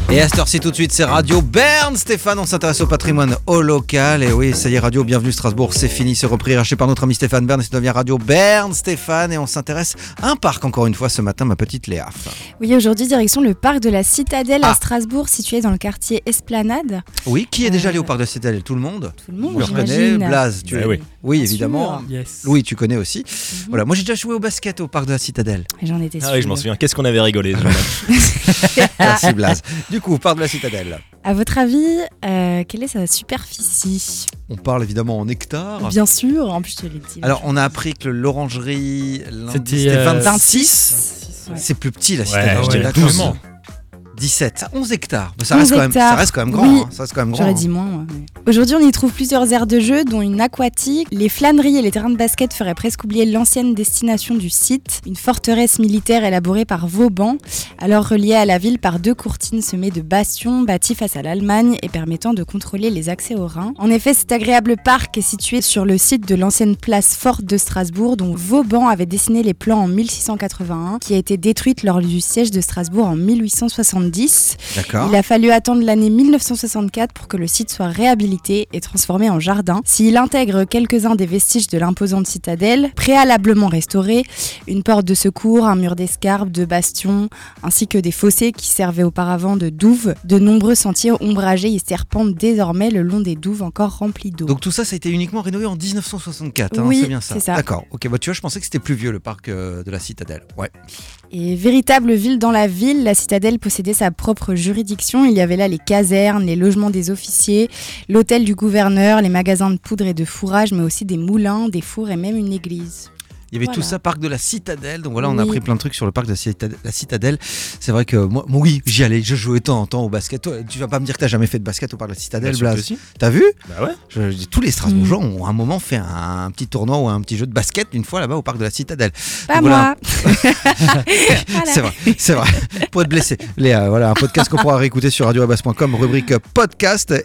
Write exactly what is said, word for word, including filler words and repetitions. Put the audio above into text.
Et à cette heure-ci tout de suite c'est Radio Bern. Stéphane, on s'intéresse au patrimoine au local. Et oui, ça y est, Radio Bienvenue Strasbourg, c'est fini, c'est repris, racheté par notre ami Stéphane Bern. Et ça devient Radio Bern Stéphane. Et on s'intéresse à un parc encore une fois ce matin, ma petite Léa. Oui, aujourd'hui direction le parc de la Citadelle ah. à Strasbourg, situé dans le quartier Esplanade. Oui, qui est déjà euh... allé au parc de la Citadelle? Tout le monde? Tout le monde, vous le reconnaissez? Blaze, tu bah, es... oui, oui évidemment. Yes. Oui, tu connais aussi. Mm-hmm. Voilà, moi j'ai déjà joué au basket au parc de la Citadelle. J'en étais sûre. Ah oui, je m'en souviens. Qu'est-ce qu'on avait rigolé ce jour-là. Merci Blaze. Du coup, parc de la Citadelle. À votre avis, euh, quelle est sa superficie? On parle évidemment en hectares. Bien sûr, en plus je te l'ai dit. Alors, on a appris que l'orangerie, c'était, c'était euh, vingt-six. Ouais. C'est plus petit la Citadelle, ouais, je ouais, dirais douze. douze. dix-sept, onze hectares. Ça onze reste, quand même, hectares. ça reste quand même grand. Oui. Hein. Ça reste quand même grand J'aurais hein. dit moins. Ouais. Aujourd'hui, on y trouve plusieurs aires de jeu, dont une aquatique. Les flâneries et les terrains de basket feraient presque oublier l'ancienne destination du site. Une forteresse militaire élaborée par Vauban, alors reliée à la ville par deux courtines semées de bastions bâtis face à l'Allemagne et permettant de contrôler les accès au Rhin. En effet, cet agréable parc est situé sur le site de l'ancienne place forte de Strasbourg, dont Vauban avait dessiné les plans en mille six cent quatre-vingt-un, qui a été détruite lors du siège de Strasbourg en mille huit cent soixante-dix. D'accord. Il a fallu attendre l'année mille neuf cent soixante-quatre pour que le site soit réhabilité et transformé en jardin. S'il intègre quelques-uns des vestiges de l'imposante citadelle, préalablement restaurée, une porte de secours, un mur d'escarpe, de bastions, ainsi que des fossés qui servaient auparavant de douves, de nombreux sentiers ombragés y serpentent désormais le long des douves encore remplies d'eau. Donc tout ça, ça a été uniquement rénové en dix-neuf cent soixante-quatre, hein, oui, c'est bien ça. c'est ça. D'accord. Ok, bah tu vois, je pensais que c'était plus vieux le parc euh, de la Citadelle. Ouais. Et véritable ville dans la ville, la Citadelle possédait sa propre juridiction. Il y avait là les casernes, les logements des officiers, l'hôtel du gouverneur, les magasins de poudre et de fourrage, mais aussi des moulins, des fours et même une église. Il y avait Voilà. tout ça, parc de la Citadelle. Donc voilà, on a Oui. appris plein de trucs sur le parc de la Citadelle. La Citadelle. C'est vrai que moi, moi, oui, j'y allais. Je jouais de temps en temps au basket. Toi, tu vas pas me dire que t'as jamais fait de basket au parc de la Citadelle, Bien sûr que Blaze? si. T'as vu? Bah ouais. je, je- Tous les Strasbourgeois ont à un moment fait un, un petit tournoi ou un petit jeu de basket une fois là-bas au parc de la Citadelle. Pas Donc voilà. moi. Voilà. C'est vrai, c'est vrai. Pour être blessé. Léa, voilà, un podcast qu'on pourra réécouter sur radio abbas point com, rubrique podcast.